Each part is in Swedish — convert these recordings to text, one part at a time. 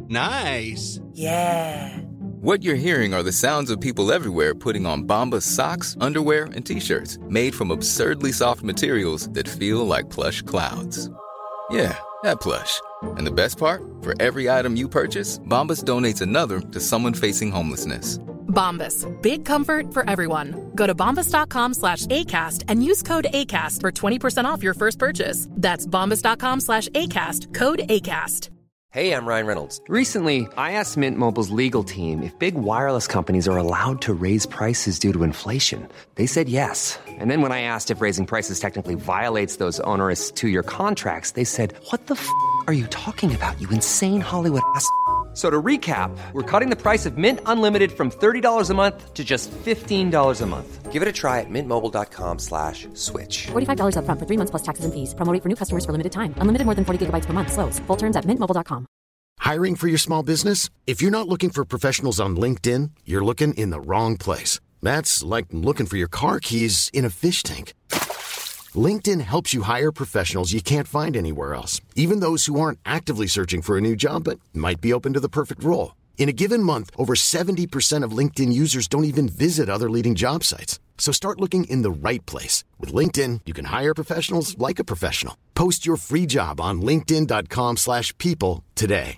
Nice. Yeah. What you're hearing are the sounds of people everywhere putting on Bombas socks, underwear, and T-shirts made from absurdly soft materials that feel like plush clouds. Yeah, that plush. And the best part? For every item you purchase, Bombas donates another to someone facing homelessness. Bombas. Big comfort for everyone. Go to bombas.com/ACAST and use code ACAST for 20% off your first purchase. That's bombas.com/ACAST. Code ACAST. Hey, I'm Ryan Reynolds. Recently, I asked Mint Mobile's legal team if big wireless companies are allowed to raise prices due to inflation. They said yes. And then when I asked if raising prices technically violates those onerous two-year contracts, they said, "What the f*** are you talking about, you insane Hollywood ass?" So to recap, we're cutting the price of Mint Unlimited from $30 a month to just $15 a month. Give it a try at mintmobile.com/switch. $45 up front for 3 months plus taxes and fees. Promo rate for new customers for limited time. Unlimited more than 40 gigabytes per month. Slows full terms at mintmobile.com. Hiring for your small business? If you're not looking for professionals on LinkedIn, you're looking in the wrong place. That's like looking for your car keys in a fish tank. LinkedIn helps you hire professionals you can't find anywhere else, even those who aren't actively searching for a new job but might be open to the perfect role. In a given month, over 70% of LinkedIn users don't even visit other leading job sites. So start looking in the right place. With LinkedIn, you can hire professionals like a professional. Post your free job on linkedin.com/people today.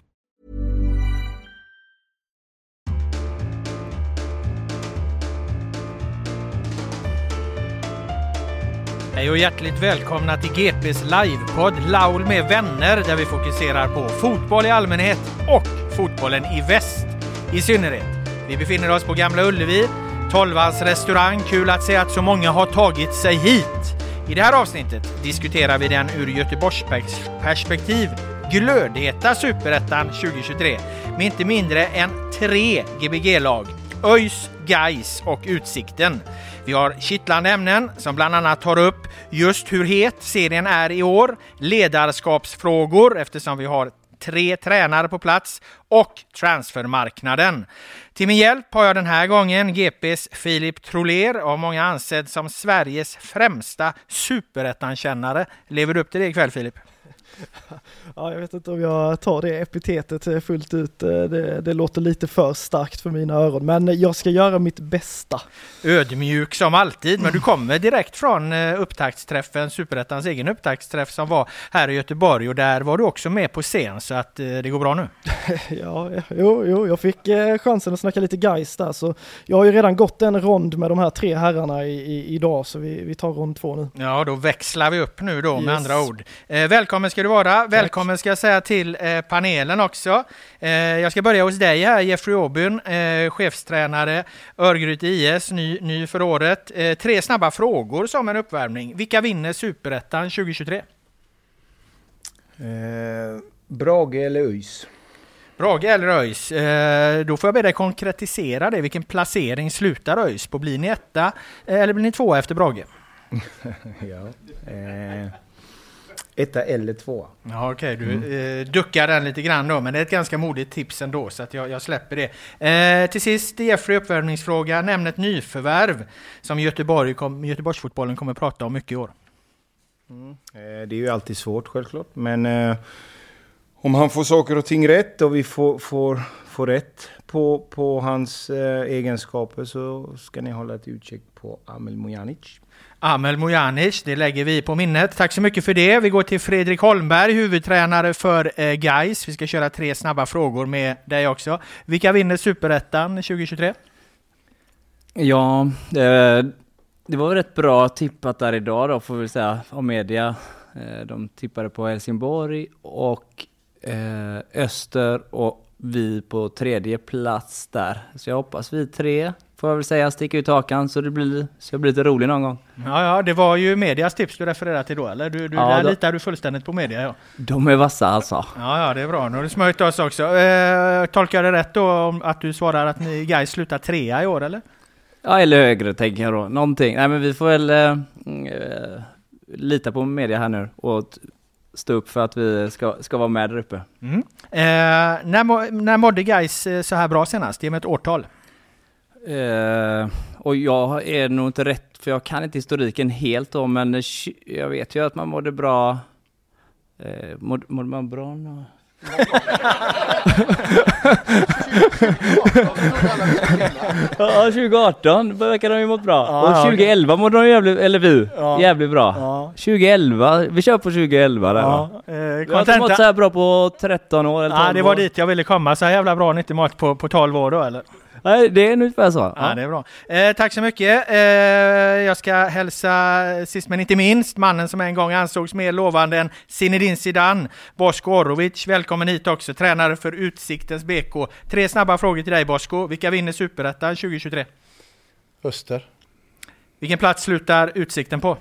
Hej och hjärtligt välkomna till GPs livepodd Laul med vänner, där vi fokuserar på fotboll i allmänhet och fotbollen i väst i synnerhet. Vi befinner oss på Gamla Ullevi, Tolvans restaurang. Kul att se att så många har tagit sig hit. I det här avsnittet diskuterar vi den ur Göteborgs perspektiv glödheta Superettan 2023 med inte mindre än 3 GBG-lag: ÖIS, Gais och Utsikten. Vi har kittlande ämnen som bland annat tar upp just hur het serien är i år, ledarskapsfrågor eftersom vi har 3 tränare på plats och transfermarknaden. Till min hjälp har jag den här gången GPs Filip Troler, av många ansedd som Sveriges främsta superettankännare. Lever du upp till det ikväll, Filip? Ja, jag vet inte om jag tar det epitetet fullt ut. Det låter lite för starkt för mina öron, men jag ska göra mitt bästa. Ödmjuk som alltid, men du kommer direkt från upptaktsträffen, Superettans egen upptaktsträff som var här i Göteborg, och där var du också med på scen, så att det går bra nu. Jo, jag fick chansen att snacka lite Gais där, så jag har ju redan gått en rond med de här 3 herrarna idag, så vi tar rond 2 nu. Ja, då växlar vi upp nu då, med andra ord. Välkommen ska du vara. Tack. Välkommen ska jag säga till panelen också. Jag ska börja hos dig här, Jeffrey Åbyn, chefstränare, Örgryte IS, ny för året. 3 snabba frågor som en uppvärmning. Vilka vinner Superettan 2023? Brage eller ÖIS? Brage eller ÖIS. Då får jag be dig konkretisera det. Vilken placering slutar ÖIS på? Blir ni 1 eller blir ni 2 efter Brage? Ja. 1 eller 2. Ja, okej. Du duckar den lite grann då, men det är ett ganska modigt tips ändå, så att jag släpper det. Till sist, Jeffrey, uppvärmningsfråga. Nämn ett nyförvärv som Göteborgsfotbollen kommer att prata om mycket i år. Det är ju alltid svårt, självklart. Men om han får saker och ting rätt och vi får rätt på hans egenskaper, så ska ni hålla ett utkik på Amel Mojanic. Amel Mojanic, det lägger vi på minnet. Tack så mycket för det. Vi går till Fredrik Holmberg, huvudtränare för Gais. Vi ska köra 3 snabba frågor med dig också. Vilka vinner Superettan 2023? Ja, det var rätt bra tippat där idag då, får vi säga, av media. De tippade på Helsingborg och Öster, och vi på 3:e plats där. Så jag hoppas vi 3, får jag väl säga, sticker ut hakan, så det blir lite roligt någon gång. Ja, det var ju medias tips du refererade till då, eller? Där litar du fullständigt på media, ja. De är vassa alltså. Ja, det är bra. Nu har du smörjt oss också. Tolkar jag det rätt då om att du svarar att ni Gais slutar 3 i år, eller? Ja, eller högre tänker jag då. Någonting. Nej, men vi får väl lita på media här nu och stå upp för att vi ska vara med där uppe. När mådde Gais så här bra senast? Ge mig ett årtal. Och jag är nog inte rätt, för jag kan inte historiken helt då, men jag vet ju att man mådde bra. Mådde man bra Ja, 2018 verkar de ju mått bra. Och 2011 mådde de jävligt bra. 2011, vi kör på 2011 där. Vi har inte mått så här bra på 13 år eller 12 år. Det var dit jag ville komma. Så här jävla bra inte mått på 12 år då, eller? Nej, det är ungefär så. Ja, det är bra. Tack så mycket. Jag ska hälsa sist men inte minst mannen som en gång ansågs mer lovande än Zinedine Zidane, Bosko Orovic. Välkommen hit också, tränare för Utsiktens BK. 3 snabba frågor till dig, Bosko. Vilka vinner Superettan 2023? Öster. Vilken plats slutar Utsikten på?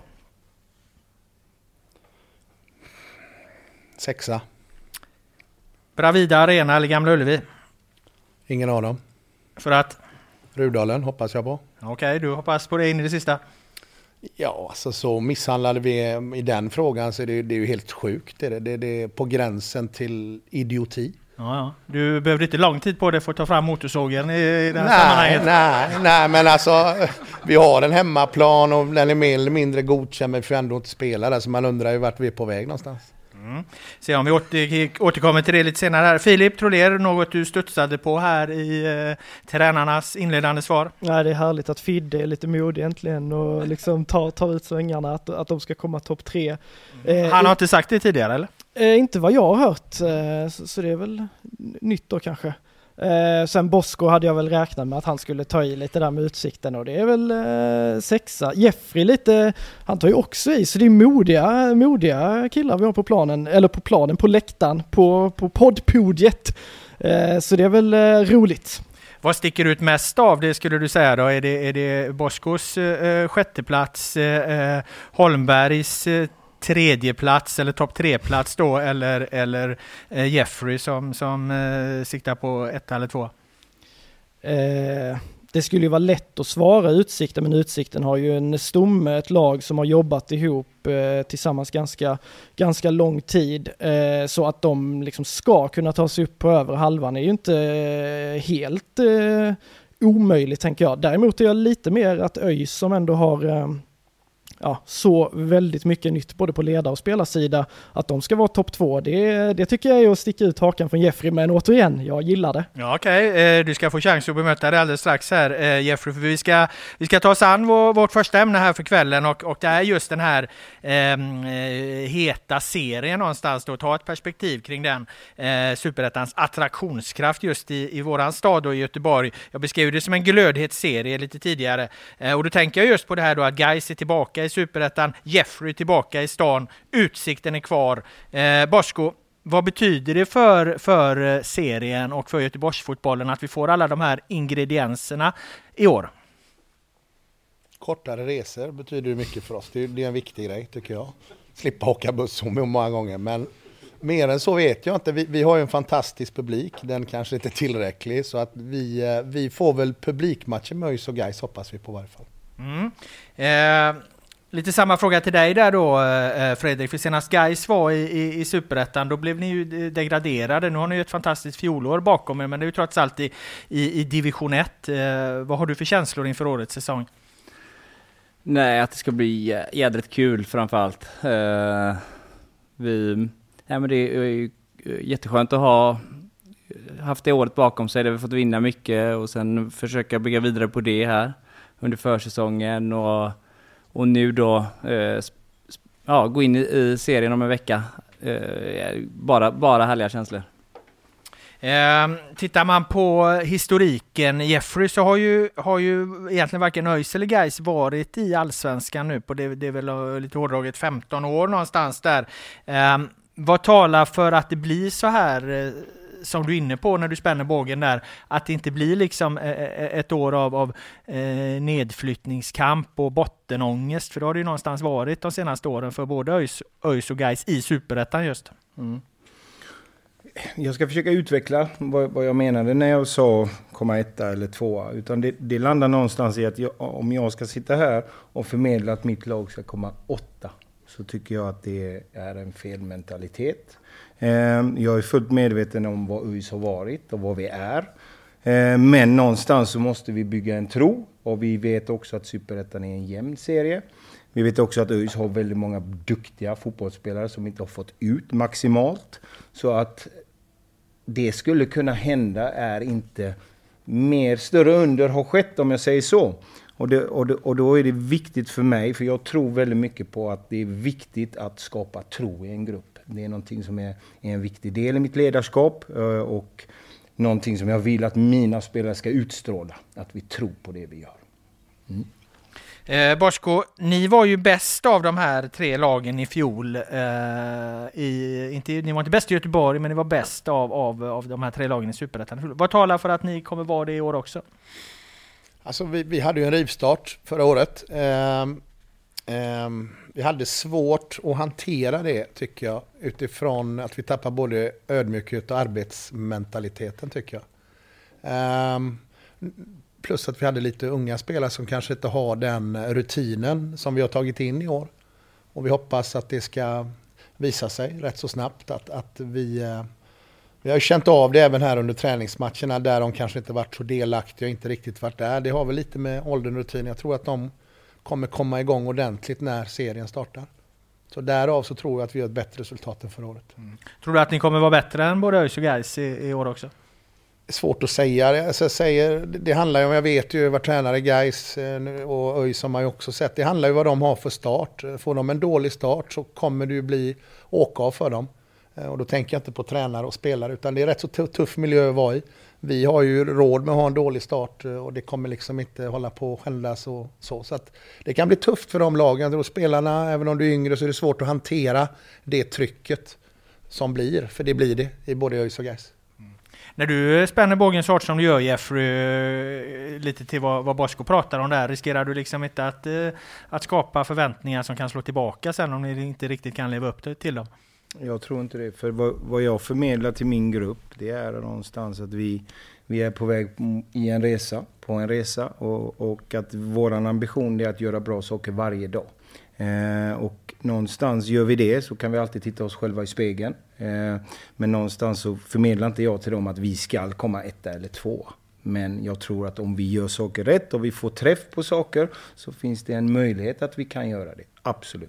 6. Bravida Arena eller Gamla Ullevi? Ingen av dem. För att? Rudalen hoppas jag på. Okej, du hoppas på det in i det sista? Ja, alltså så misshandlade vi i den frågan så det är ju helt sjukt. Det är på gränsen till idioti. Ja. Du behövde inte lång tid på det för att ta fram motorsågen i det här sammanhanget. Nej, men alltså vi har en hemmaplan och den är mer eller mindre godkänd men vi får ändå inte spela där så man undrar ju vart vi är på väg någonstans. Se om vi återkommer till det lite senare här. Filip Troller, något du studsade på här i tränarnas inledande svar? Nej, det är härligt att Fidde är lite modig egentligen och liksom tar ut svängarna att de ska komma topp 3. Han har inte sagt det tidigare, eller? Inte vad jag har hört, så det är väl nytt då kanske. Sen Bosko hade jag väl räknat med att han skulle ta i lite där med Utsikten och det är väl 6. Jeffrey lite, han tar ju också i så det är modiga killar vi har på planen, eller på läktaren, på poddpodiet. Så det är väl roligt. Vad sticker ut mest av det skulle du säga då? Är det Boskos 6:e plats, Holmbergs 3:e plats eller topp 3-plats då eller Jeffrey som siktar på 1 eller 2? Det skulle ju vara lätt att svara Utsikten, men Utsikten har ju en stomme, ett lag som har jobbat ihop tillsammans ganska lång tid, så att de liksom ska kunna ta sig upp på över halvan är ju inte helt omöjligt tänker jag. Däremot är jag lite mer att ÖIS som ändå har så väldigt mycket nytt både på ledar- och spelarsida att de ska vara topp 2. Det tycker jag är att sticka ut hakan från Jeffrey, men återigen, jag gillar det. Ja, okej. Du ska få chans att bemöta det alldeles strax här, Jeffrey, för vi ska ta oss an vårt första ämne här för kvällen och det är just den här heta serien någonstans då. Ta ett perspektiv kring den Superettans attraktionskraft just i våran stad och i Göteborg. Jag beskrev det som en glödhet serie lite tidigare och då tänker jag just på det här då att Gais är tillbaka i Superettan, Jeffrey tillbaka i stan, Utsikten är kvar. Bosko, vad betyder det för serien och för Göteborgsfotbollen att vi får alla de här ingredienserna i år? Kortare resor betyder mycket för oss. Det är en viktig grej tycker jag. Slippa åka buss så många gånger, men mer än så vet jag inte. Vi har ju en fantastisk publik. Den kanske inte är tillräcklig så att vi får väl publikmatcher med ÖIS och Gais hoppas vi på varje fall. Lite samma fråga till dig där då, Fredrik. För senast Gais var i Superettan, då blev ni ju degraderade. Nu har ni ju ett fantastiskt fjolår bakom er, men det är ju trots allt i division 1. Vad har du för känslor inför årets säsong? Nej, att det ska bli jädrigt kul framförallt. Men det är ju jätteskönt att ha haft det året bakom sig där vi fått vinna mycket och sen försöka bygga vidare på det här under försäsongen och nu då gå in i serien om en vecka. Bara härliga känslor. Tittar man på historiken, Jeffrey, så har ju egentligen varken ÖIS eller Gais varit i allsvenskan nu på det är väl lite hårdraget 15 år någonstans där. Vad talar för att det blir så här som du är inne på när du spänner bågen där, att det inte blir liksom ett år av nedflyttningskamp och bottenångest, för det har det ju någonstans varit de senaste åren för både ÖIS och Gais i Superettan just. Jag ska försöka utveckla vad jag menade när jag sa komma 1 eller 2, utan det landar någonstans i att om jag ska sitta här och förmedla att mitt lag ska komma 8, så tycker jag att det är en fel mentalitet. Jag är fullt medveten om vad ÖIS har varit och vad vi är. Men någonstans så måste vi bygga en tro, och vi vet också att Superettan är en jämn serie. Vi vet också att ÖIS har väldigt många duktiga fotbollsspelare som inte har fått ut maximalt. Så att det skulle kunna hända är inte mer större under har skett, om jag säger så. Och då är det viktigt för mig, för jag tror väldigt mycket på att det är viktigt att skapa tro i en grupp. Det är någonting som är en viktig del i mitt ledarskap och någonting som jag vill att mina spelare ska utstråla. Att vi tror på det vi gör. Bosko, ni var ju bäst av de här 3 lagen i fjol. Ni var inte bäst i Göteborg, men ni var bäst av de här 3 lagen i Superettan. Vad talar för att ni kommer vara det i år också? Alltså vi hade ju en rivstart förra året. Vi hade svårt att hantera det, tycker jag, utifrån att vi tappar både ödmjukhet och arbetsmentaliteten, tycker jag. Plus att vi hade lite unga spelare som kanske inte har den rutinen som vi har tagit in i år. Och vi hoppas att det ska visa sig rätt så snabbt att vi har ju känt av det även här under träningsmatcherna där de kanske inte varit så delaktiga och inte riktigt varit där. Det har väl lite med åldern och rutin. Jag tror att de kommer komma igång ordentligt när serien startar. Så därav så tror jag att vi har ett bättre resultat än förra året. Tror du att ni kommer vara bättre än både ÖIS och Gais i år också? Svårt att säga. Alltså, det handlar ju om, jag vet ju vad tränare Gais och ÖIS har man ju också sett. Det handlar ju vad de har för start. Får de en dålig start så kommer det ju bli åka av för dem. Och då tänker jag inte på tränare och spelare, utan det är rätt så tuff miljö att vara i. Vi har ju råd med att ha en dålig start och det kommer liksom inte hålla på och skändas och så. Så att det kan bli tufft för de lagen. Och spelarna, även om du är yngre, så är det svårt att hantera det trycket som blir. För det blir det i både ÖIS och Gais. När du spänner bågen så hårt som du gör, Jeffrey, lite till vad Bosko pratar om där, riskerar du liksom inte att skapa förväntningar som kan slå tillbaka sen om ni inte riktigt kan leva upp till dem? Jag tror inte det, för vad jag förmedlar till min grupp, det är någonstans att vi är på väg på en resa och att våran ambition är att göra bra saker varje dag. Och någonstans gör vi det, så kan vi alltid titta oss själva i spegeln. Men någonstans så förmedlar inte jag till dem att vi ska komma 1 eller 2. Men jag tror att om vi gör saker rätt och vi får träff på saker, så finns det en möjlighet att vi kan göra det. Absolut.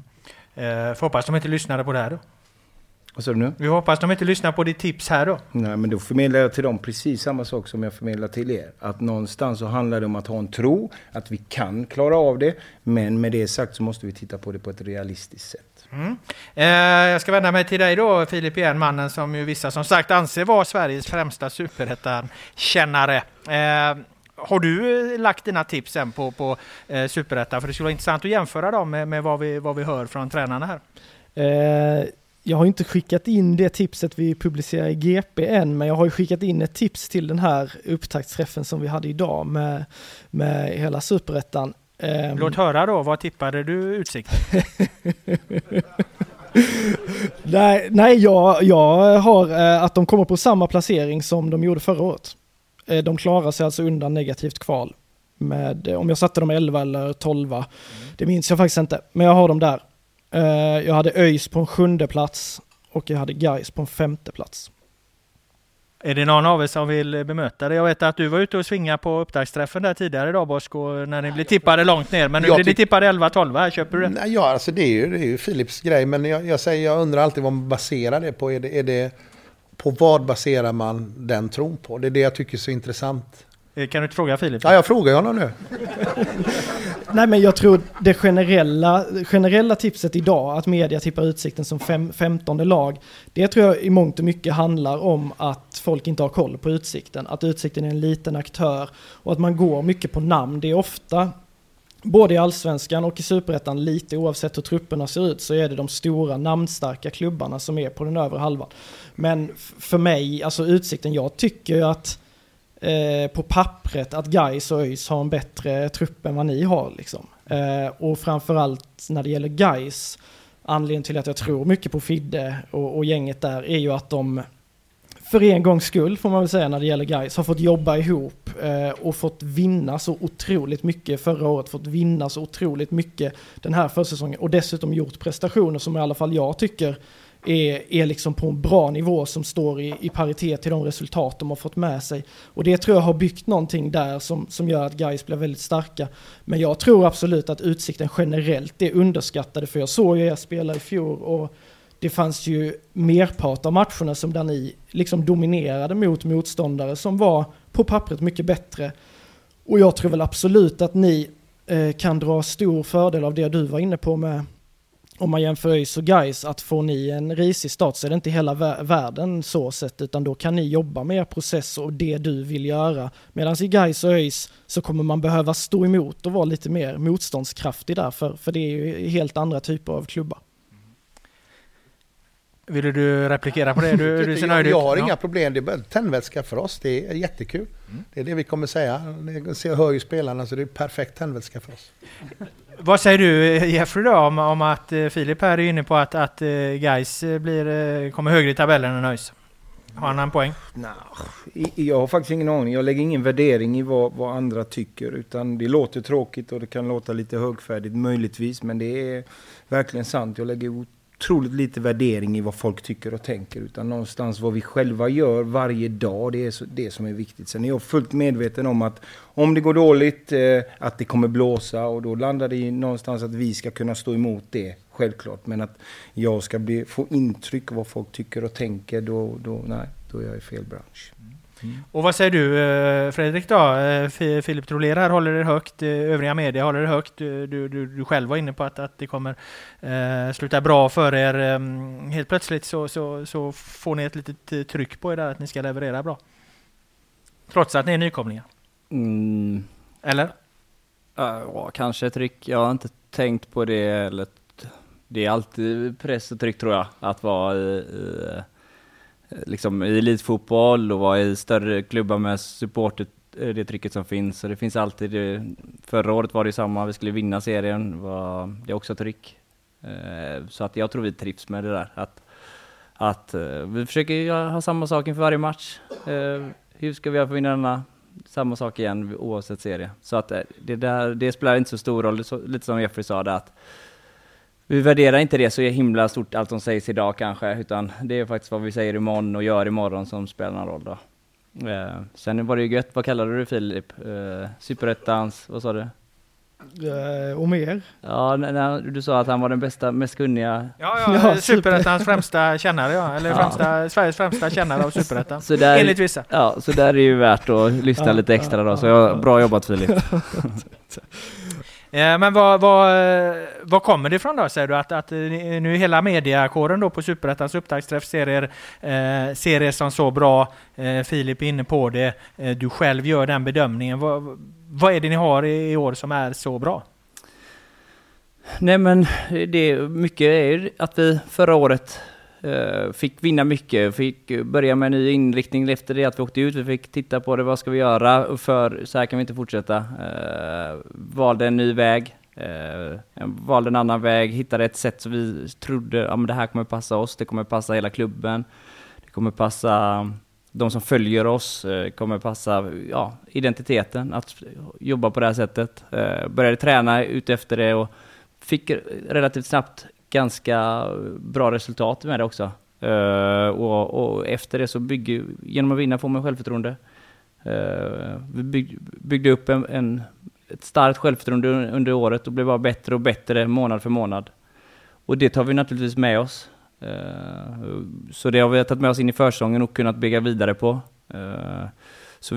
Får hoppas de inte lyssnade på det här då. Vad sa du nu? Vi hoppas de inte lyssnar på ditt tips här då. Nej, men då förmedlar jag till dem precis samma sak som jag förmedlar till er. Att någonstans så handlar det om att ha en tro, att vi kan klara av det. Men med det sagt så måste vi titta på det på ett realistiskt sätt. Jag ska vända mig till dig då, Filip, igen, mannen som ju vissa som sagt anser vara Sveriges främsta superettan-kännare. Har du lagt dina tips sen på Superettan? För det skulle vara intressant att jämföra dem med vad vi hör från tränarna här. Jag har inte skickat in det tipset vi publicerar i GP än, men jag har ju skickat in ett tips till den här upptaktsträffen som vi hade idag med hela Superettan. Låt höra då, vad tippade du Utsikten? Nej, jag har att de kommer på samma placering som de gjorde förra året. De klarar sig alltså undan negativt kval. Om jag satte dem 11 eller 12, det minns jag faktiskt inte. Men jag har dem där. Jag hade ÖIS på en 7:e plats och jag hade Gais på en 5:e plats. Är det någon av er som vill bemöta det? Jag vet att du var ute och svinga på upptaktsträffen där tidigare idag, Bosko, när ni blev tippade långt ner. Men nu blir ni tippade 11-12 här, köper du det? Nej, ja, alltså det är ju Philips grej, men jag undrar alltid vad man baserar det på. Är det på vad baserar man den tron på? Det är det jag tycker är så intressant. Kan du inte fråga Filip? Ja, jag frågar honom nu. Nej, men jag tror det generella tipset idag, att media tippar Utsikten som 15:e lag, det tror jag i mångt och mycket handlar om att folk inte har koll på Utsikten. Att Utsikten är en liten aktör och att man går mycket på namn. Det är ofta, både i Allsvenskan och i Superettan, lite oavsett hur trupperna ser ut, så är det de stora namnstarka klubbarna som är på den övre halvan. Men för mig, alltså Utsikten, jag tycker ju att på pappret att Gais och ÖIS har en bättre trupp än vad ni har liksom. Och framförallt när det gäller Gais, anledningen till att jag tror mycket på Fidde och gänget där är ju att de för en gångs skull, får man väl säga, när det gäller Gais, har fått jobba ihop och fått vinna så otroligt mycket förra året, fått vinna så otroligt mycket den här försäsongen och dessutom gjort prestationer som i alla fall jag tycker är liksom på en bra nivå, som står i paritet till de resultat de har fått med sig. Och det tror jag har byggt någonting där som gör att Gais blir väldigt starka. Men jag tror absolut att Utsikten generellt är underskattade, för jag såg ju er spela i fjol och det fanns ju merpart av matcherna som där ni liksom dominerade mot motståndare som var på pappret mycket bättre. Och jag tror väl absolut att ni kan dra stor fördel av det du var inne på med, om man jämför ÖIS och Gais, att får ni en risig start så är det inte hela världen så sett, utan då kan ni jobba med er process och det du vill göra. Medan i Gais och ÖIS så kommer man behöva stå emot och vara lite mer motståndskraftig där, för det är ju helt andra typer av klubbar. Vill du replikera på det? Du ser nöjd ut. Jag har inga problem. Det är tändvätska för oss. Det är jättekul. Det är det vi kommer säga. Jag hör ju spelarna, så det är perfekt tändvätska för oss. Vad säger du, Jeffrey, då, om att Filip här är inne på att Gais kommer högre i tabellen än ÖIS? Har han en poäng? Nej, jag har faktiskt ingen aning. Jag lägger ingen värdering i vad andra tycker, utan det låter tråkigt och det kan låta lite högfärdigt möjligtvis, men det är verkligen sant. Jag lägger otroligt lite värdering i vad folk tycker och tänker, utan någonstans vad vi själva gör varje dag, det är det som är viktigt. Sen är jag fullt medveten om att om det går dåligt, att det kommer blåsa, och då landar det någonstans att vi ska kunna stå emot det, självklart. Men att jag ska få intryck av vad folk tycker och tänker, då är jag i fel bransch. Och vad säger du, Fredrik då? Filip Troler här håller det högt, övriga media håller det högt. Du själv var inne på att det kommer sluta bra för er. Helt plötsligt så får ni ett litet tryck på er där att ni ska leverera bra. Trots att ni är nykomlingar. Eller? Ja, kanske tryck. Jag har inte tänkt på det. Eller det är alltid press och tryck, tror jag, att vara liksom i elitfotboll och vara i större klubbar med supportet, det trycket som finns. Så det finns alltid, förra året var det samma, vi skulle vinna serien, det är också tryck. Så att jag tror vi trivs med det där. Att vi försöker ha samma sak inför varje match. Hur ska vi göra för att vinna denna? Samma sak igen oavsett serie. Så att det spelar inte så stor roll, lite som Jeffrey sa där, att vi värderar inte det så himla stort allt som sägs idag kanske, utan det är faktiskt vad vi säger imorgon och gör imorgon som spelar någon roll då. Sen var det ju gött, vad kallade du Filip? Superettans, vad sa du? Och mer. Ja, när du sa att han var den bästa, mest kunniga. Ja, Superettans främsta kännare, eller Sveriges främsta kännare av Superettan. Enligt vissa. Ja, så där är ju värt att lyssna lite extra då, så bra jobbat Filip. Men vad kommer det ifrån då, säger du? Att nu hela mediakåren då på Superettans upptaktsträff ser det som så bra. Filip är inne på det. Du själv gör den bedömningen. Vad är det ni har i år som är så bra? Nej, men mycket är att vi förra året fick vinna mycket, fick börja med en ny inriktning efter det att vi åkte ut. Vi fick titta på det, vad ska vi göra, för så här kan vi inte fortsätta. Valde en ny väg, valde en annan väg, hittade ett sätt så vi trodde men det här kommer passa oss, det kommer passa hela klubben, det kommer passa de som följer oss, kommer passa identiteten, att jobba på det här sättet. Började träna ut efter det och fick relativt snabbt ganska bra resultat med det också. Och efter det så genom att vinna får man självförtroende. Vi byggde upp ett starkt självförtroende under året och blev bara bättre och bättre månad för månad. Och det tar vi naturligtvis med oss. Så det har vi tagit med oss in i försäsongen och kunnat bygga vidare på. Så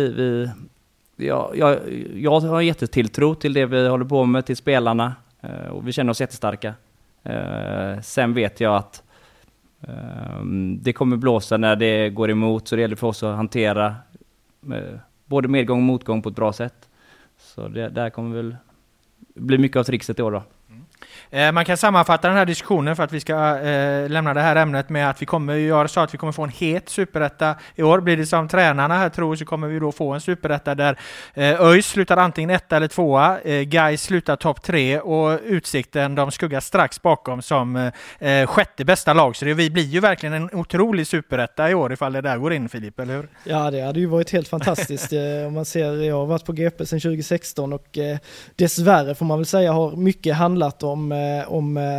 jag har jättetilltro till det vi håller på med, till spelarna. Och vi känner oss jättestarka. Sen vet jag att det kommer blåsa när det går emot, så det gäller för oss att hantera både medgång och motgång på ett bra sätt. Så det där kommer väl bli mycket av trixet i år då. Man kan sammanfatta den här diskussionen för att vi ska lämna det här ämnet med att vi kommer få en het superetta i år. Blir det som tränarna här tror, så kommer vi då få en superetta där ÖIS slutar antingen 1 eller 2, Gais slutar topp 3 och Utsikten de skuggar strax bakom som sjätte bästa lag. Så vi blir ju verkligen en otrolig superetta i år ifall det där går in, Filip, eller hur? Ja, det hade ju varit helt fantastiskt. Om man ser, jag har varit på GP sedan 2016 och dessvärre får man väl säga har mycket handlat om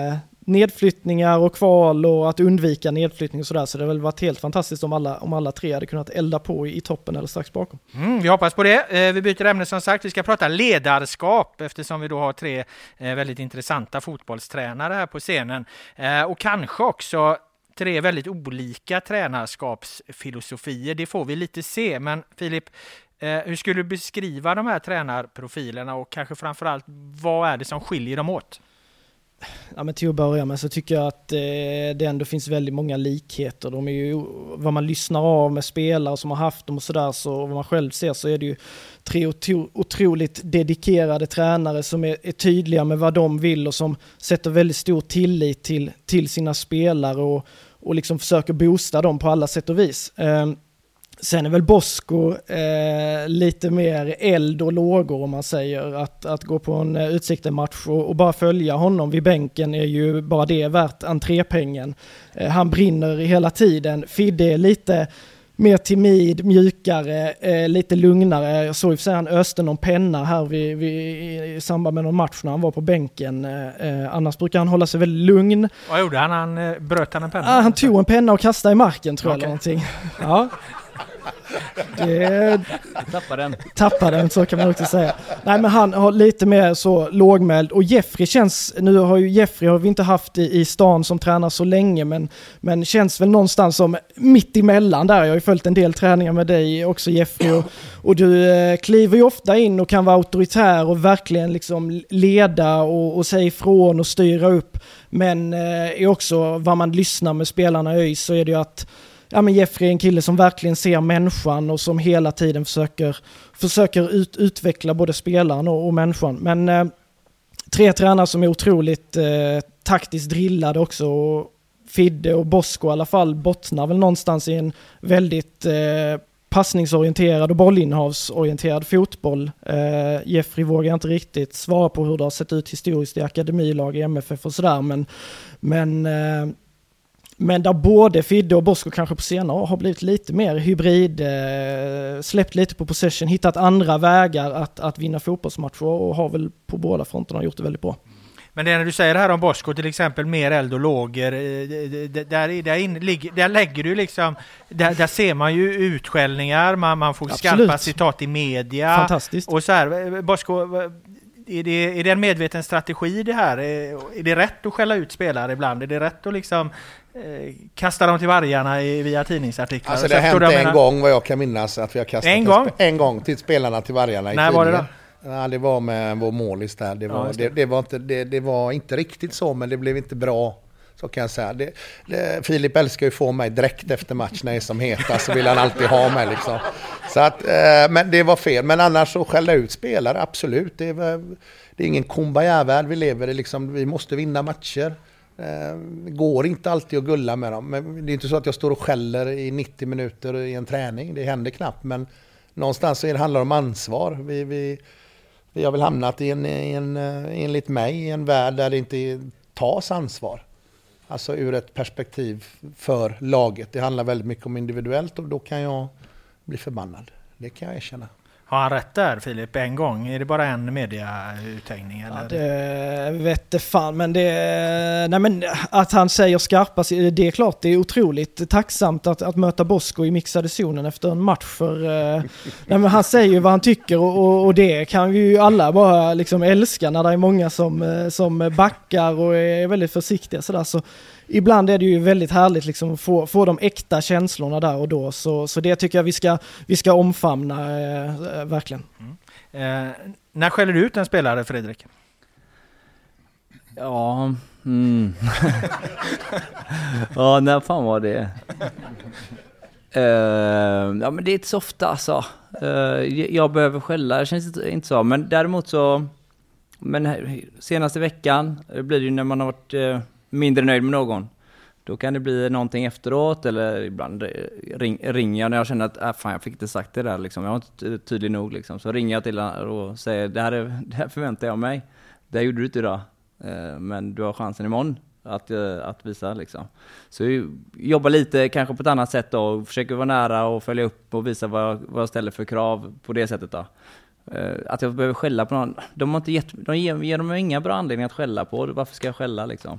nedflyttningar och kval och att undvika nedflyttning och sådär. Så det har väl varit helt fantastiskt om alla tre hade kunnat elda på i toppen eller strax bakom. Vi hoppas på det. Vi byter ämne som sagt. Vi ska prata ledarskap eftersom vi då har 3 väldigt intressanta fotbollstränare här på scenen. Och kanske också 3 väldigt olika tränarskapsfilosofier. Det får vi lite se. Men Filip, hur skulle du beskriva de här tränarprofilerna och kanske framförallt vad är det som skiljer dem åt? Ja, men till att börja med så tycker jag att det ändå finns väldigt många likheter. De är ju, vad man lyssnar av med spelare som har haft dem och sådär, så vad man själv ser så är det ju 3 otroligt dedikerade tränare som är tydliga med vad de vill och som sätter väldigt stor tillit till sina spelare och liksom försöker boosta dem på alla sätt och vis. Sen är väl Bosko lite mer eld och lågor om man säger. Att gå på en Utsikten-match och bara följa honom vid bänken är ju bara det värt entrépengen. Han brinner hela tiden. Fidde är lite mer timid, mjukare, lite lugnare. Jag såg ju för sig han öste någon penna här i samband med någon match när han var på bänken. Annars brukar han hålla sig väldigt lugn. Vad gjorde han? Bröt han en penna? Han tog en penna och kastade i marken tror jag eller någonting. Ja. Tappar den, så kan man också säga. Nej, men han har lite mer så lågmäld, och Jeffrey känns, nu har ju Jeffrey har vi inte haft i stan som tränar så länge, men känns väl någonstans som mitt emellan där. Jag har ju följt en del träningar med dig också Jeffrey, och du kliver ju ofta in och kan vara auktoritär och verkligen liksom leda och säga ifrån och styra upp, men är också vad man lyssnar med spelarna i ÖIS så är det ju att men Jeffrey är en kille som verkligen ser människan och som hela tiden försöker utveckla både spelaren och människan. Men 3 tränare som är otroligt taktiskt drillade också. Och Fidde och Bosko i alla fall bottnar väl någonstans i en väldigt passningsorienterad och bollinnehavsorienterad fotboll. Jeffrey vågar inte riktigt svara på hur det har sett ut historiskt i akademilag i MFF och sådär. Men där både Fidde och Bosko kanske på senare år har blivit lite mer hybrid, släppt lite på possession, hittat andra vägar att vinna fotbollsmatcher och har väl på båda fronterna gjort det väldigt bra. Men det när du säger det här om Bosko till exempel, mer eld och lågor, där lägger du liksom, där ser man ju utskällningar, man får skarpa citat i media. Fantastiskt. Och så här, Bosko, är det en medveten strategi det här? Är det rätt att skälla ut spelare ibland? Är det rätt att liksom kasta dem till vargarna via tidningsartiklar? Alltså det har hänt en gång vad jag kan minnas att vi har kastat en gång till spelarna till vargarna i tidningen. När var det då? Ja, det var med vår målis där. Det var inte riktigt så, men det blev inte bra. Så kan jag säga. Filip älskar ju få mig direkt efter match när jag är som hetast, så vill han alltid ha mig liksom. Så att, men det var fel. Men annars så skälla ut spelare, absolut. Det är ingen kumbaya-värld vi lever i liksom. Vi måste vinna matcher. Det går inte alltid att gulla med dem. Men det är inte så att jag står och skäller i 90 minuter i en träning. Det händer knappt. Men någonstans så handlar det om ansvar. Vi har väl hamnat enligt mig i en värld där det inte tas ansvar. Alltså ur ett perspektiv för laget. Det handlar väldigt mycket om individuellt och då kan jag bli förbannad. Det kan jag erkänna. Har han rätt där, Filip, en gång? Är det bara en mediauthängning? Eller? Ja, det vet det fan, men att han säger skarpa, det är klart, det är otroligt tacksamt att möta Bosko i mixade zonen efter en match. Men han säger ju vad han tycker och det kan vi ju alla bara liksom älska när det är många som backar och är väldigt försiktiga sådär. Så ibland är det ju väldigt härligt liksom att få de äkta känslorna där och då. Så det tycker jag vi ska omfamna verkligen. När skäller du ut en spelare, Fredrik? Ja, ja, när fan var det? Ja, men det är inte så ofta alltså. Jag behöver skälla, det känns inte så. Men däremot så, senaste veckan blir det ju när man har varit mindre nöjd med någon. Då kan det bli någonting efteråt, eller ibland ringer jag när jag känner att fan, jag fick inte sagt det där liksom. Jag var inte tydlig nog liksom. Så ringer jag till och säger det här förväntar jag mig. Det gjorde du inte idag. Men du har chansen imorgon att visa liksom. Så jag jobbar lite kanske på ett annat sätt då, och försöker vara nära och följa upp och visa vad jag ställer för krav på det sättet då. att jag behöver skälla på någon. De ger dem inga bra anledningar att skälla på. Varför ska jag skälla liksom?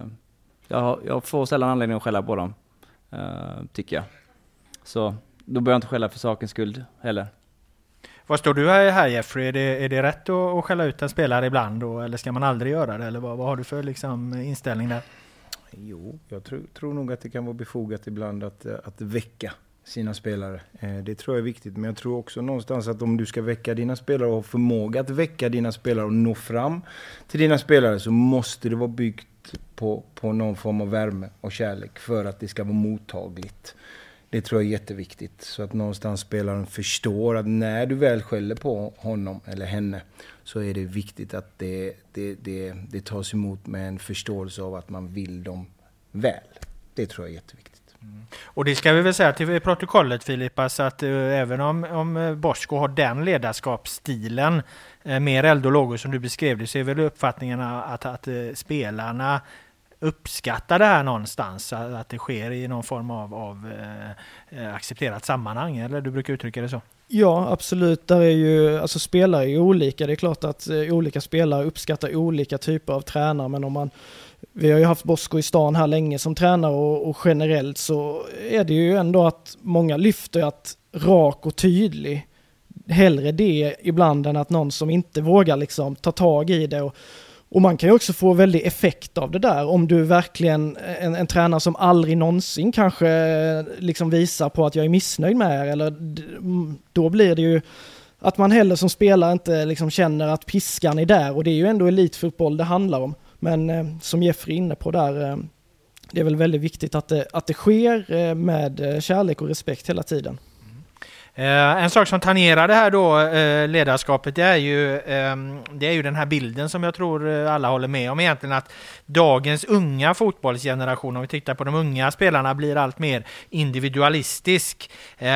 Jag får sällan anledning att skälla på dem, tycker jag. Så då behöver jag inte skälla för sakens skull heller. Vad står du här Jeffrey? Är det rätt att skälla ut en spelare ibland då, eller ska man aldrig göra det? Eller vad har du för liksom inställning där? Jo, jag tror nog att det kan vara befogat ibland att väcka sina spelare. Det tror jag är viktigt, men jag tror också någonstans att om du ska väcka dina spelare och ha förmåga att väcka dina spelare och nå fram till dina spelare, så måste det vara byggt på någon form av värme och kärlek för att det ska vara mottagligt. Det tror jag är jätteviktigt, så att någonstans spelaren förstår att när du väl skäller på honom eller henne, så är det viktigt att det tas emot med en förståelse av att man vill dem väl. Det tror jag är jätteviktigt. Och det ska vi väl säga till protokollet, Filip, alltså att även om Bosko har den ledarskapsstilen, mer eld och lågor som du beskrev det, så är väl uppfattningen att spelarna uppskattar det här någonstans, att det sker i någon form av accepterat sammanhang, eller du brukar uttrycka det så? Ja, absolut. Där är ju, alltså spelare är ju olika. Det är klart att olika spelare uppskattar olika typer av tränare, men vi har ju haft Bosko i stan här länge som tränare, och generellt så är det ju ändå att många lyfter att rak och tydlig, hellre det ibland än att någon som inte vågar liksom ta tag i det. Och man kan ju också få väldigt effekt av det där. Om du verkligen, en tränare som aldrig någonsin kanske liksom visar på att jag är missnöjd med er, eller då blir det ju att man heller som spelare inte liksom känner att piskan är där. Och det är ju ändå elitfotboll det handlar om. Men som Jeffrey är inne på där, det är väl väldigt viktigt att det sker med kärlek och respekt hela tiden. En sak som tangerar det här då, ledarskapet, det är ju den här bilden som jag tror alla håller med om egentligen, att dagens unga fotbollsgeneration, om vi tittar på de unga spelarna, blir allt mer individualistisk.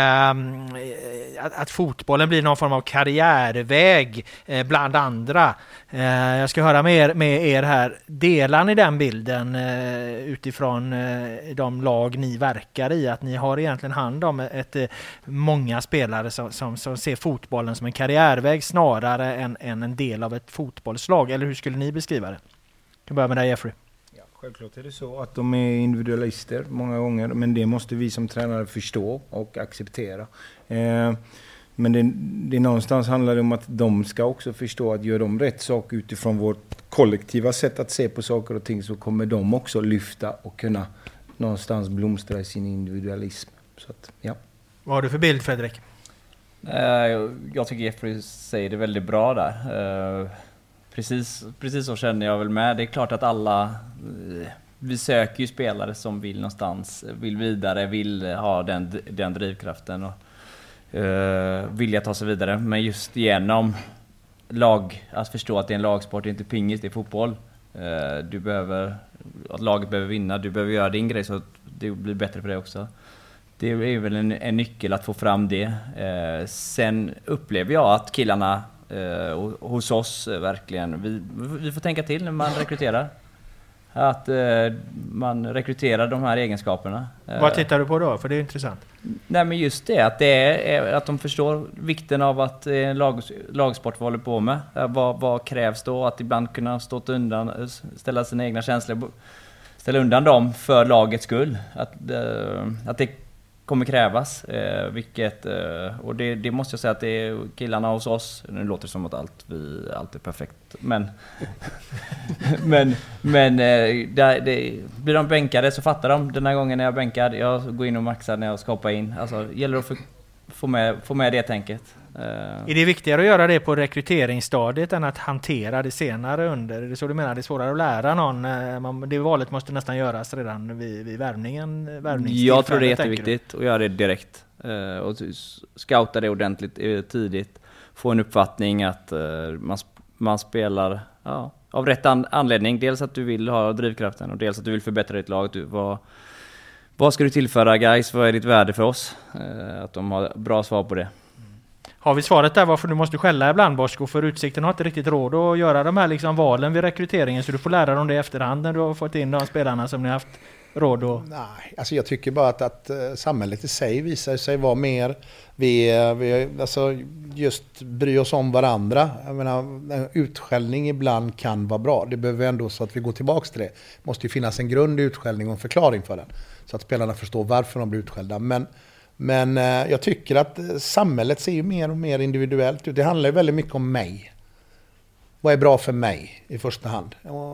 Att fotbollen blir någon form av karriärväg bland andra. Jag ska höra med er här. Delar ni den bilden utifrån de lag ni verkar i, att ni har egentligen hand om många spelare som ser fotbollen som en karriärväg snarare än en del av ett fotbollslag, eller hur skulle ni beskriva det? Jag börjar med dig, Jeffrey. Ja, självklart är det så att de är individualister många gånger, men det måste vi som tränare förstå och acceptera. Men det någonstans handlar om att de ska också förstå att gör de rätt sak utifrån vårt kollektiva sätt att se på saker och ting, så kommer de också lyfta och kunna någonstans blomstra i sin individualism. Så att, ja. Vad har du för bild, Fredrik? Jag tycker Jeffrey säger det väldigt bra där. Precis så känner jag väl med. Det är klart att alla, vi söker ju spelare som vill någonstans, vill vidare, vill ha den drivkraften och vilja ta sig vidare. Men just genom att förstå att det är en lagsport, det är inte pingis, det är fotboll. Att laget behöver vinna, du behöver göra din grej så att det blir bättre för dig också. Det är väl en nyckel att få fram det. Sen upplever jag att killarna hos oss verkligen, vi får tänka till när man rekryterar. Att man rekryterar de här egenskaperna. Vad tittar du på då? För det är intressant. Nej, men just det, att de förstår vikten av att det är en lagsport vi håller på med. Vad krävs då? Att ibland kunna ställa sina egna känslor, ställa undan dem för lagets skull. Att det kommer krävas, och det måste jag säga att det är killarna hos oss. Nu låter det som att allt är perfekt, men blir de bänkade så fattar de. Den här gången när jag bänkad, jag går in och maxar när jag ska hoppa in. Alltså gäller att få med det tänket. Är det viktigare att göra det på rekryteringsstadiet än att hantera det senare under? Är det så du menar? Det är svårare att lära någon? Det valet måste nästan göras redan vid värvningen. Jag tror det är jätteviktigt att göra det direkt. Och scouta det ordentligt tidigt. Få en uppfattning att man spelar av rätt anledning. Dels att du vill ha drivkraften och dels att du vill förbättra ditt lag. Vad ska du tillföra, guys? Vad är ditt värde för oss? Att de har bra svar på det. Har vi svaret där varför du måste skälla ibland, Bosko? För Utsikten har inte riktigt råd att göra de här liksom valen vid rekryteringen, så du får lära dem det i efterhand när du har fått in de spelarna som ni har haft råd och... Nej, alltså jag tycker bara att samhället i sig visar sig vara mer, vi alltså just bry oss om varandra. Jag menar, utskällning ibland kan vara bra. Det behöver ändå, så att vi går tillbaka till det. Det måste ju finnas en grund i utskällning och en förklaring för den. Så att spelarna förstår varför de blir utskällda. Men jag tycker att samhället ser ju mer och mer individuellt ut. Det handlar ju väldigt mycket om mig. Vad är bra för mig i första hand?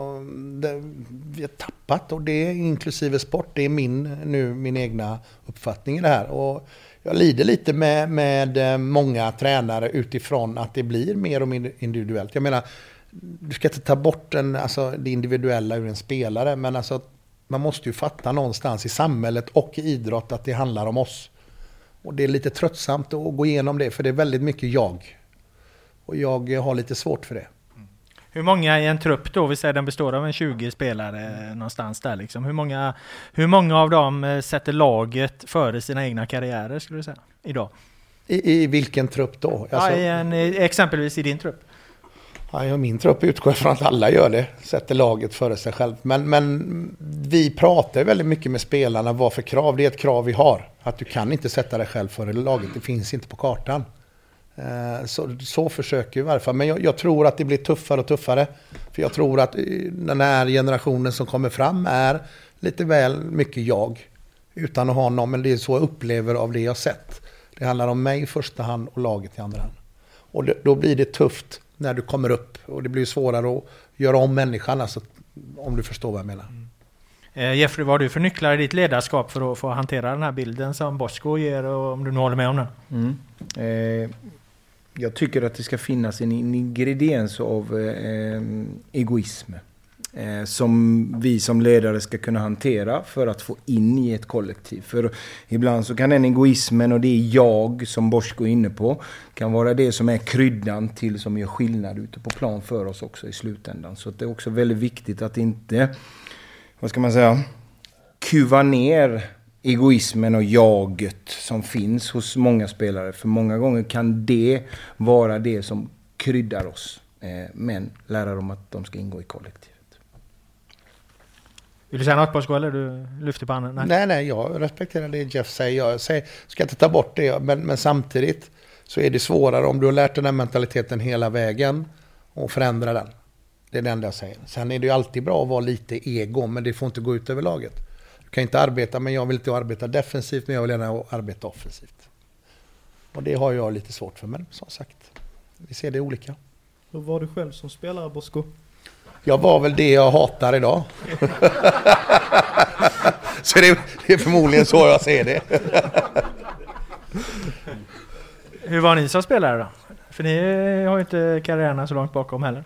Vi har tappat, och det är inklusive sport. Det är min egna uppfattning i det här. Och jag lider lite med många tränare utifrån att det blir mer och mer individuellt. Jag menar, du ska inte ta bort det individuella ur en spelare, men alltså, man måste ju fatta någonstans i samhället och i idrott att det handlar om oss. Och det är lite tröttsamt att gå igenom det, för det är väldigt mycket jag. Och jag har lite svårt för det. Hur många i en trupp då? Vi säger den består av en 20 spelare någonstans där liksom. Hur många av dem sätter laget före sina egna karriärer, skulle du säga, idag? I vilken trupp då? Alltså, exempelvis i din trupp. Ja, min trupp utgår från att alla gör det. Sätter laget före sig själv. Men vi pratar väldigt mycket med spelarna. Vad för krav? Det är ett krav vi har. Att du kan inte sätta dig själv före laget. Det finns inte på kartan. Så försöker vi i varje fall. Men jag tror att det blir tuffare och tuffare. För jag tror att den här generationen som kommer fram är lite väl mycket jag. Utan att ha någon, men det är så jag upplever av det jag sett. Det handlar om mig i första hand och laget i andra hand. Och då blir det tufft när du kommer upp. Och det blir svårare att göra om människan, alltså, om du förstår vad jag menar. Jeffrey, vad har du för nycklar i ditt ledarskap för att få hantera den här bilden som Bosko ger, och om du nu håller med om den? Jag tycker att det ska finnas en ingrediens av egoism som vi som ledare ska kunna hantera för att få in i ett kollektiv. För ibland så kan den egoismen, och det är jag som Bosko är inne på, kan vara det som är kryddan till som gör skillnad ute på plan för oss också i slutändan. Så det är också väldigt viktigt att inte, vad ska man säga, kuva ner egoismen och jaget som finns hos många spelare. För många gånger kan det vara det som kryddar oss. Men lära dem att de ska ingå i kollektivet. Vill du säga något, Bosko, eller du lyfter på handen? Nej, jag respekterar det Jeff säger. Jag ska inte ta bort det, men samtidigt så är det svårare om du har lärt den här mentaliteten hela vägen och förändra den. Det är det enda jag säger. Sen är det ju alltid bra att vara lite ego, men det får inte gå ut över laget. Du kan inte arbeta, men jag vill inte arbeta defensivt, men jag vill gärna arbeta offensivt. Och det har jag lite svårt för, men som sagt, vi ser det olika. Hur var du själv som spelare, Bosko? Jag var väl det jag hatar idag. Så det är förmodligen så jag ser det. Hur var ni som spelare då? För ni har ju inte karriärerna så långt bakom heller.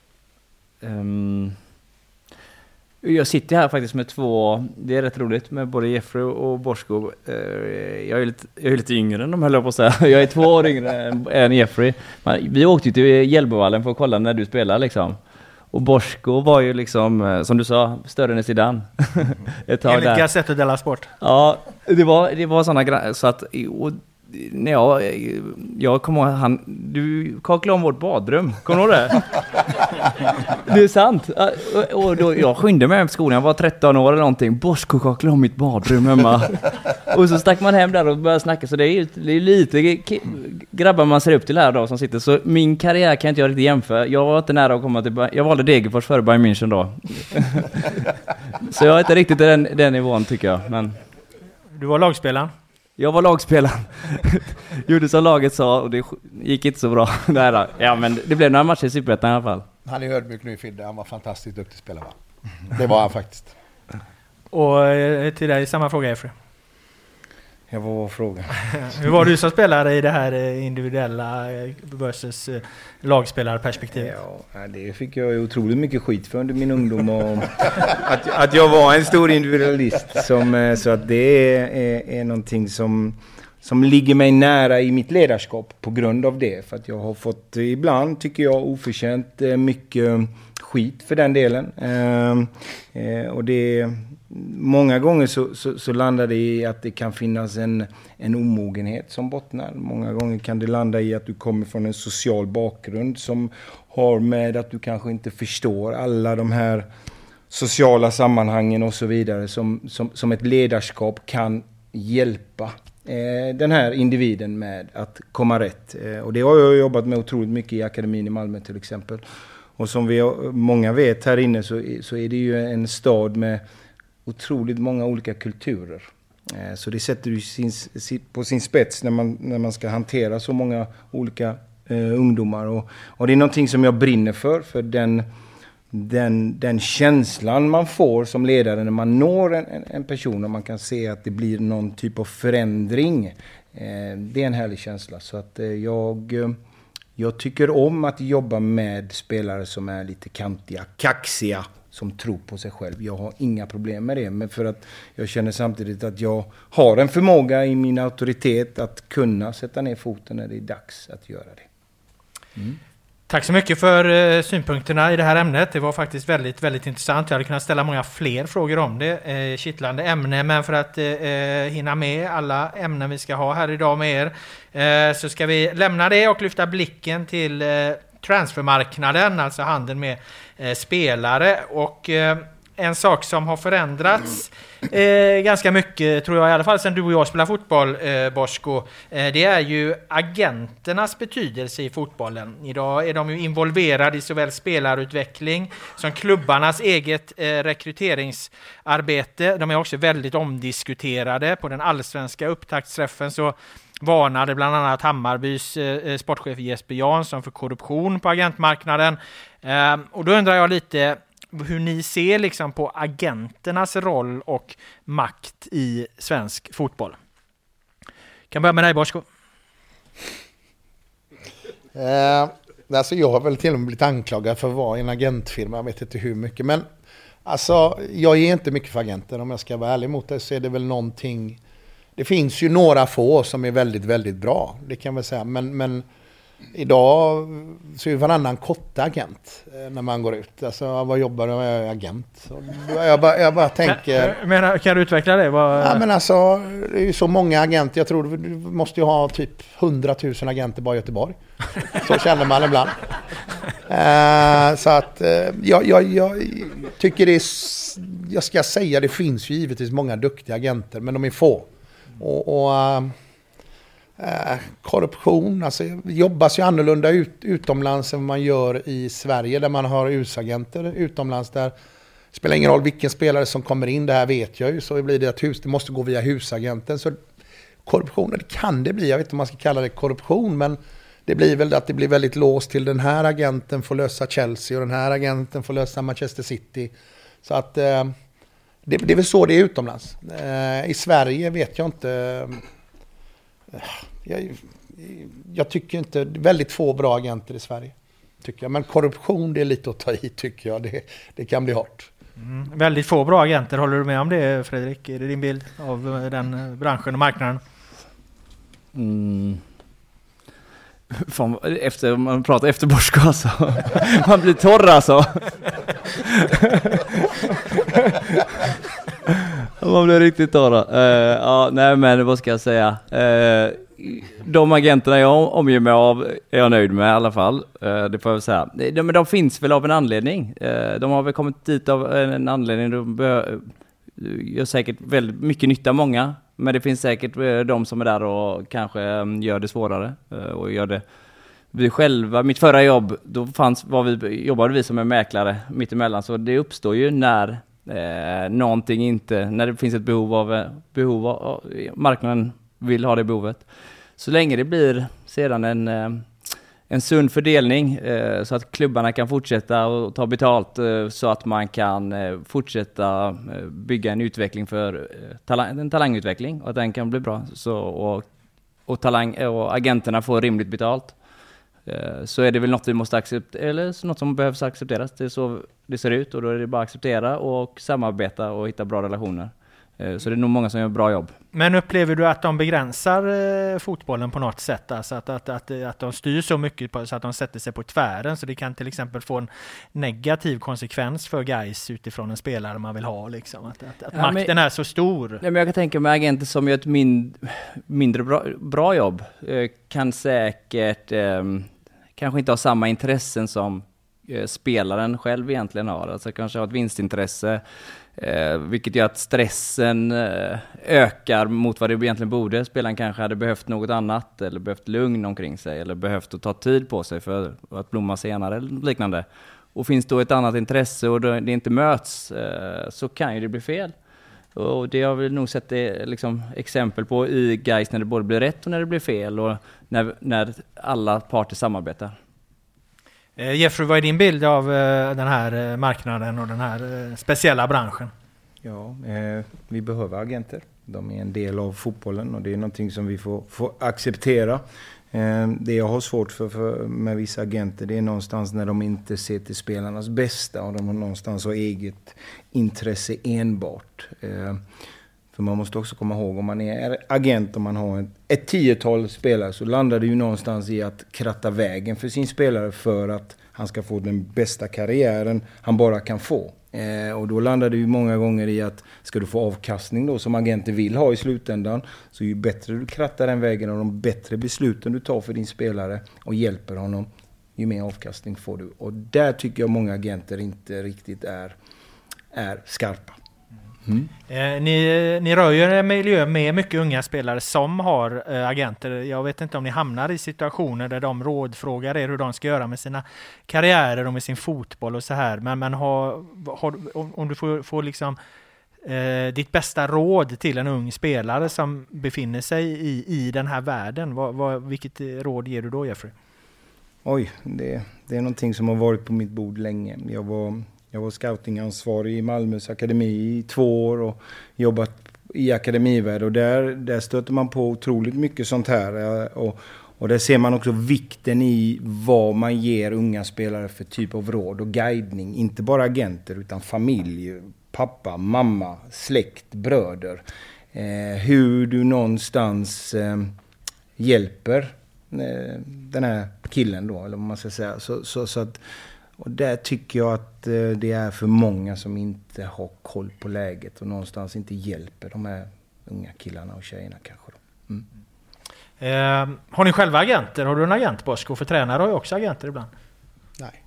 Jag sitter här faktiskt med två, det är rätt roligt med både Jeffrey och Bosko. Jag är lite yngre än de, höll jag på att säga. Jag är 2 år yngre än Jeffrey. Men vi åkte ju till Hjälbovallen för att kolla när du spelar liksom. Och Bosko var ju liksom, som du sa, större än Zidane. Ett tag enligt Gazzetta della Sport. Ja, det var sådana grejer. Så att, när jag kommer ihåg, du kaklade om vårt badrum. Kommer du ihåg det? Det är sant. Och då, jag skyndade mig hem till skolan. Jag var 13 år eller någonting. Bosko kaklade om mitt badrum hemma. Och så stack man hem där och började snacka. Så det är lite grabbar man ser upp till här då som sitter. Så min karriär kan jag inte riktigt jämföra. Jag var inte nära att komma till... Jag valde Degerfors före Bayern München då. Så jag är inte riktigt den nivån, tycker jag. Men... Du var lagspelaren? Jag var lagspelaren. Gjorde som laget sa, och det gick inte så bra. Ja, men det blev några matcher i Superettan i alla fall. Han är ödmjuk nu, Fidde. Han var fantastiskt duktig spelare, va? Det var han faktiskt. Och till dig samma fråga, Jeffrey. Ja, vad var frågan? Hur var du som spelare i det här individuella versus lagspelarperspektivet? Ja, det fick jag otroligt mycket skit för under min ungdom. Och att jag var en stor individualist. Så att det är någonting som ligger mig nära i mitt ledarskap på grund av det. För att jag har fått ibland, tycker jag, oförtjänt mycket skit för den delen. Och det många gånger så landar det i att det kan finnas en omogenhet som bottnar. Många gånger kan det landa i att du kommer från en social bakgrund som har med att du kanske inte förstår alla de här sociala sammanhangen och så vidare som ett ledarskap kan hjälpa den här individen med att komma rätt. Och det har jag jobbat med otroligt mycket i akademin i Malmö till exempel. Och som många vet här inne så är det ju en stad med otroligt många olika kulturer. Så det sätter ju på sin spets när man ska hantera så många olika ungdomar. Och det är någonting som jag brinner för den känslan man får som ledare när man når en person och man kan se att det blir någon typ av förändring. Det är en härlig känsla. Så att jag tycker om att jobba med spelare som är lite kantiga, kaxiga, som tror på sig själv. Jag har inga problem med det, men för att jag känner samtidigt att jag har en förmåga i min auktoritet att kunna sätta ner foten när det är dags att göra det. Tack så mycket för synpunkterna i det här ämnet. Det var faktiskt väldigt, väldigt intressant. Jag hade kunnat ställa många fler frågor om det. Kittlande ämne, men för att hinna med alla ämnen vi ska ha här idag med er så ska vi lämna det och lyfta blicken till transfermarknaden, alltså handeln med spelare. Och en sak som har förändrats ganska mycket, tror jag i alla fall, sen du och jag spelar fotboll, Bosko, det är ju agenternas betydelse i fotbollen. Idag är de ju involverade i såväl spelarutveckling som klubbarnas eget rekryteringsarbete. De är också väldigt omdiskuterade. På den allsvenska upptaktsträffen så varnade bland annat Hammarbys sportchef Jesper Jansson för korruption på agentmarknaden. Och då undrar jag lite hur ni ser liksom på agenternas roll och makt i svensk fotboll. Kan börja med dig, Bosko. Alltså jag har väl till och med blivit anklagad för att vara en agentfirma, jag vet inte hur mycket. Men alltså, jag ger inte mycket för agenter, om jag ska vara ärlig mot det, så är det väl någonting. Det finns ju några få som är väldigt, väldigt bra, det kan jag säga. Men idag så är varannan agent när man går ut. Alltså, vad jobbar du med? Agent. Jag bara tänker. Men kan du utveckla det? Ja, men alltså, det är ju så många agenter. Jag tror du måste ju ha typ 100 000 agenter bara i Göteborg. Så känner man ibland. Så att jag tycker det är, jag ska säga, det finns ju givetvis många duktiga agenter, men de är få. Korruption, alltså jobbas ju annorlunda utomlands än man gör i Sverige, där man har husagenter utomlands. Där spelar ingen roll vilken spelare som kommer in, det här vet jag ju, så blir det att det måste gå via husagenten. Så korruption, det kan det bli, jag vet inte om man ska kalla det korruption, men det blir väl att det blir väldigt låst till den här agenten får lösa Chelsea och den här agenten får lösa Manchester City. Så att det är väl så det är utomlands. I Sverige vet jag inte. Jag tycker inte, väldigt få bra agenter i Sverige tycker jag, men korruption, det är lite att ta i, tycker jag. Det kan bli hårt. Väldigt få bra agenter, håller du med om det, Fredrik? Är det din bild av den branschen och marknaden? Fan, man pratar efter Bosko alltså. Man blir torr alltså. Man blir riktigt torr. Ja, nej, men vad ska jag säga? De agenterna jag omger mig av är jag nöjd med i alla fall. Det får jag säga. Men de finns väl av en anledning. De har väl kommit dit av en anledning. De gör säkert väldigt mycket nytta, många. Men det finns säkert de som är där och kanske gör det svårare. Och gör det. Vi själva, mitt förra jobb, då jobbade vi som en mäklare mittemellan. Så det uppstår ju när någonting inte, när det finns ett behov av marknaden vill ha det behovet. Så länge det blir sedan en sund fördelning så att klubbarna kan fortsätta och ta betalt så att man kan fortsätta bygga en utveckling för en talangutveckling och att den kan bli bra och agenterna får rimligt betalt. Så är det väl något vi måste acceptera, eller något som behövs accepteras. Det är så det ser ut och då är det bara att acceptera och samarbeta och hitta bra relationer. Så det är nog många som gör bra jobb. Men upplever du att de begränsar fotbollen på något sätt? Alltså att de styr så mycket så att de sätter sig på tvären, så det kan till exempel få en negativ konsekvens för guys utifrån en spelare man vill ha liksom. Att makten är så stor. Nej, men jag kan tänka mig agenter som gör ett mindre bra jobb kan säkert kanske inte ha samma intressen som spelaren själv egentligen har. Alltså kanske har ett vinstintresse, vilket gör att stressen ökar mot vad det egentligen borde. Spelaren kanske hade behövt något annat, eller behövt lugn omkring sig, eller behövt att ta tid på sig för att blomma senare eller liknande. Och finns då ett annat intresse och det inte möts, så kan ju det bli fel. Och det har vi nog sett liksom exempel på i Gais när det både blir rätt och när det blir fel, och när alla parter samarbetar. Jeffrey, vad är din bild av den här marknaden och den här speciella branschen? Ja, vi behöver agenter. De är en del av fotbollen och det är någonting som vi får acceptera. Det jag har svårt för med vissa agenter, det är någonstans när de inte ser till spelarnas bästa och de har någonstans har eget intresse enbart. För man måste också komma ihåg, om man är agent och man har ett 10-tal spelare, så landar det ju någonstans i att kratta vägen för sin spelare för att han ska få den bästa karriären han bara kan få. Och då landar det ju många gånger i att ska du få avkastning då som agenter vill ha i slutändan, så ju bättre du krattar den vägen och de bättre besluten du tar för din spelare och hjälper honom, ju mer avkastning får du. Och där tycker jag många agenter inte riktigt är skarpa. Ni rör ju en miljö med mycket unga spelare som har agenter. Jag vet inte om ni hamnar i situationer där de rådfrågar er hur de ska göra med sina karriärer och med sin fotboll och så här. Men om du får liksom ditt bästa råd till en ung spelare som befinner sig i den här världen, vilket råd ger du då, Jeffrey? Oj, det är någonting som har varit på mitt bord länge. Jag var scoutingansvarig i Malmös akademi i 2 år och jobbat i akademivärld, och där stöter man på otroligt mycket sånt här. Och där ser man också vikten i vad man ger unga spelare för typ av råd och guidning. Inte bara agenter utan familj, pappa, mamma, släkt, bröder. Hur du någonstans hjälper den här killen då, eller vad man ska säga. Så att, och där tycker jag att det är för många som inte har koll på läget och någonstans inte hjälper de här unga killarna och tjejerna kanske. Har ni själva agenter? Har du en agent, Bosko? För tränare har ju också agenter ibland. Nej.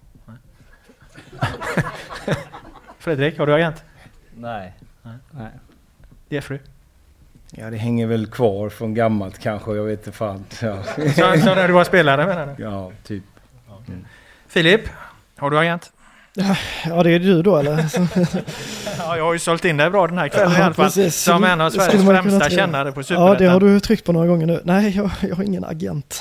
Fredrik, har du agent? Nej. Jeffrey? Ja, det hänger väl kvar från gammalt kanske, jag vet inte fan. Ja. Så när du var spelare, menar du? Ja, typ. Filip, har du agent? Ja, det är du då, eller? Ja, jag har ju sålt in det bra den här kvällen i alla fall. Precis. Som en av Sveriges främsta kännare på Superettan. Ja, det har du tryckt på några gånger nu. Nej, jag har ingen agent.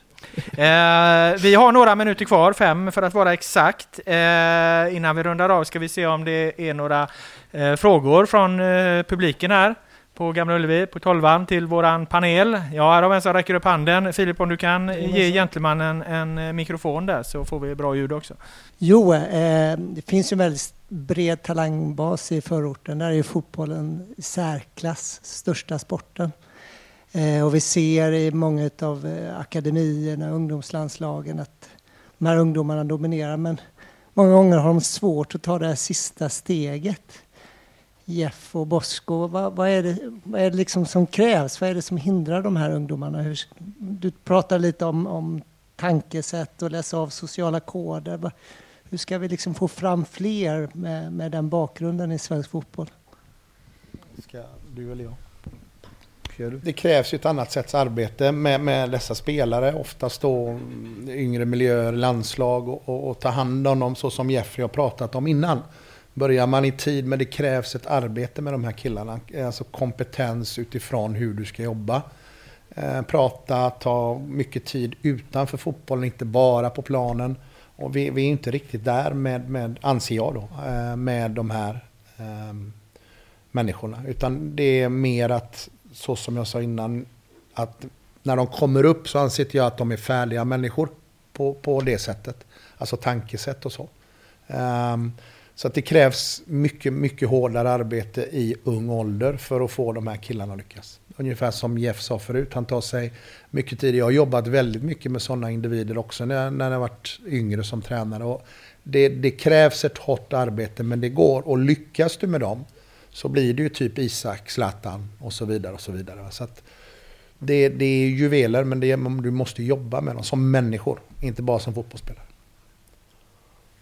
Vi har några minuter kvar, 5 för att vara exakt. Innan vi rundar av ska vi se om det är några frågor från publiken här på Gamla Ullevi, på 12an till våran panel. Ja, här har vi en som räcker upp handen. Filip, om du kan ge gentlemannen en mikrofon där så får vi bra ljud också. Jo, det finns ju en väldigt bred talangbas i förorten. Där är ju fotbollen i särklass största sporten. Och vi ser i många av akademierna, ungdomslandslagen, att de här ungdomarna dominerar. Men många gånger har de svårt att ta det här sista steget. Jeff och Bosko, vad är det liksom som krävs? Vad är det som hindrar de här ungdomarna? Du pratar lite om tankesätt och läsa av sociala koder. Hur ska vi liksom få fram fler med den bakgrunden i svensk fotboll? Ska du eller jag? Det krävs ju ett annat sätts arbete med dessa spelare, oftast då yngre miljöer, landslag och ta hand om dem så som Jeffrey har pratat om innan. Börjar man i tid, men det krävs ett arbete med de här killarna, alltså kompetens utifrån hur du ska jobba. Prata, ta mycket tid utanför fotbollen, inte bara på planen. Och vi är inte riktigt där med anser jag då, med de här människorna. Utan det är mer att, så som jag sa innan, att när de kommer upp så anser jag att de är färdiga människor på det sättet. Alltså tankesätt och så. Så att det krävs mycket, mycket hårdare arbete i ung ålder för att få de här killarna att lyckas. Ungefär som Jeff sa förut, han tar sig mycket tid. Jag har jobbat väldigt mycket med sådana individer också när jag har varit yngre som tränare. Och det krävs ett hårt arbete, men det går. Och lyckas du med dem så blir det ju typ Isak, Zlatan och så vidare och så vidare. Så att det är juveler, men du måste jobba med dem som människor, inte bara som fotbollsspelare.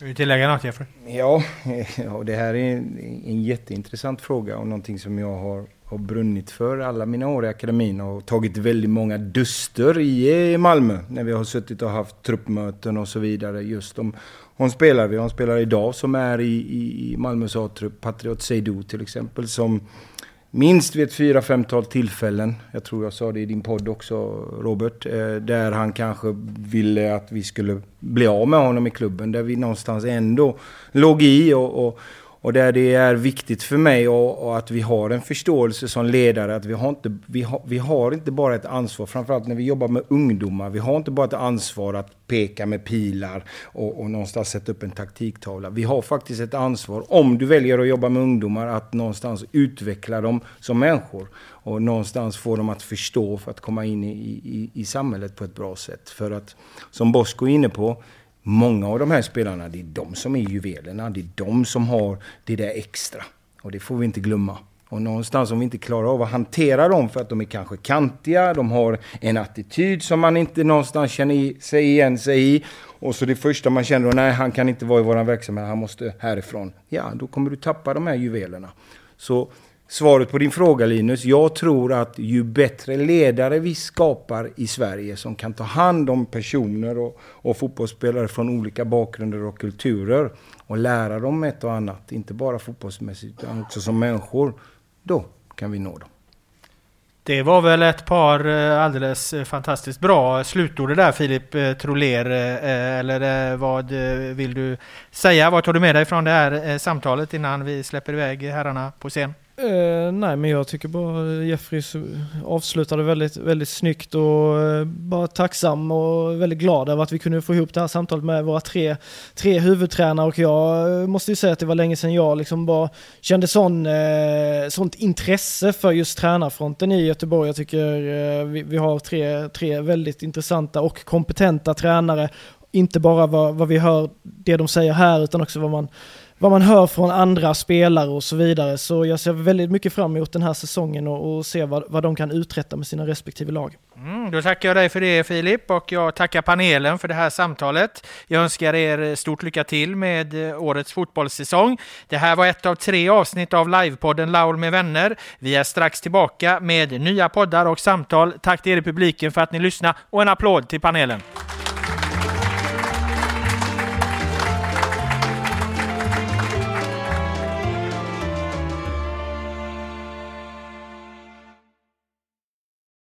Vill du tillägga något, Jeffrey? Ja, det här är en jätteintressant fråga och någonting som jag har brunnit för alla mina år i akademin och tagit väldigt många duster i Malmö när vi har suttit och haft truppmöten och så vidare just om spelare. Vi har en spelare idag som är i Malmös A-trupp, Patriot Seydou till exempel, som minst vid ett 4-5-tal tillfällen, jag tror jag sa det i din podd också Robert, där han kanske ville att vi skulle bli av med honom i klubben, där vi någonstans ändå låg i och där det är viktigt för mig och att vi har en förståelse som ledare att vi har inte bara ett ansvar, framförallt när vi jobbar med ungdomar, vi har inte bara ett ansvar att peka med pilar och någonstans sätta upp en taktiktavla. Vi har faktiskt ett ansvar, om du väljer att jobba med ungdomar, att någonstans utveckla dem som människor och någonstans få dem att förstå för att komma in i samhället på ett bra sätt. För att, som Bosko är inne på, många av de här spelarna, det är de som är juvelerna, det är de som har det där extra. Och det får vi inte glömma. Och någonstans om vi inte klarar av att hantera dem för att de är kanske kantiga, de har en attityd som man inte någonstans känner sig igen sig i. Och så det första man känner då, nej han kan inte vara i våran verksamhet, han måste härifrån. Ja, då kommer du tappa de här juvelerna. Så svaret på din fråga Linus, jag tror att ju bättre ledare vi skapar i Sverige som kan ta hand om personer och fotbollsspelare från olika bakgrunder och kulturer och lära dem ett och annat, inte bara fotbollsmässigt utan också som människor, då kan vi nå dem. Det var väl ett par alldeles fantastiskt bra slutord där, Filip Troler, eller vad vill du säga? Vad tar du med dig från det här samtalet innan vi släpper iväg herrarna på scen? Nej, men jag tycker bara Jeffrey avslutade väldigt, väldigt snyggt och bara tacksam och väldigt glad över att vi kunde få ihop det här samtalet med våra tre huvudtränare, och jag måste ju säga att det var länge sedan jag liksom bara kände sånt intresse för just tränarfronten i Göteborg. Jag tycker vi har tre väldigt intressanta och kompetenta tränare, inte bara vad vi hör det de säger här utan också vad man hör från andra spelare och så vidare. Så jag ser väldigt mycket fram emot den här säsongen och se vad de kan uträtta med sina respektive lag. Då tackar jag dig för det, Filip, och jag tackar panelen för det här samtalet. Jag önskar er stort lycka till med årets fotbollssäsong. Det här var ett av 3 avsnitt av livepodden Laul med vänner. Vi är strax tillbaka med nya poddar och samtal. Tack till er i publiken för att ni lyssnar och en applåd till panelen.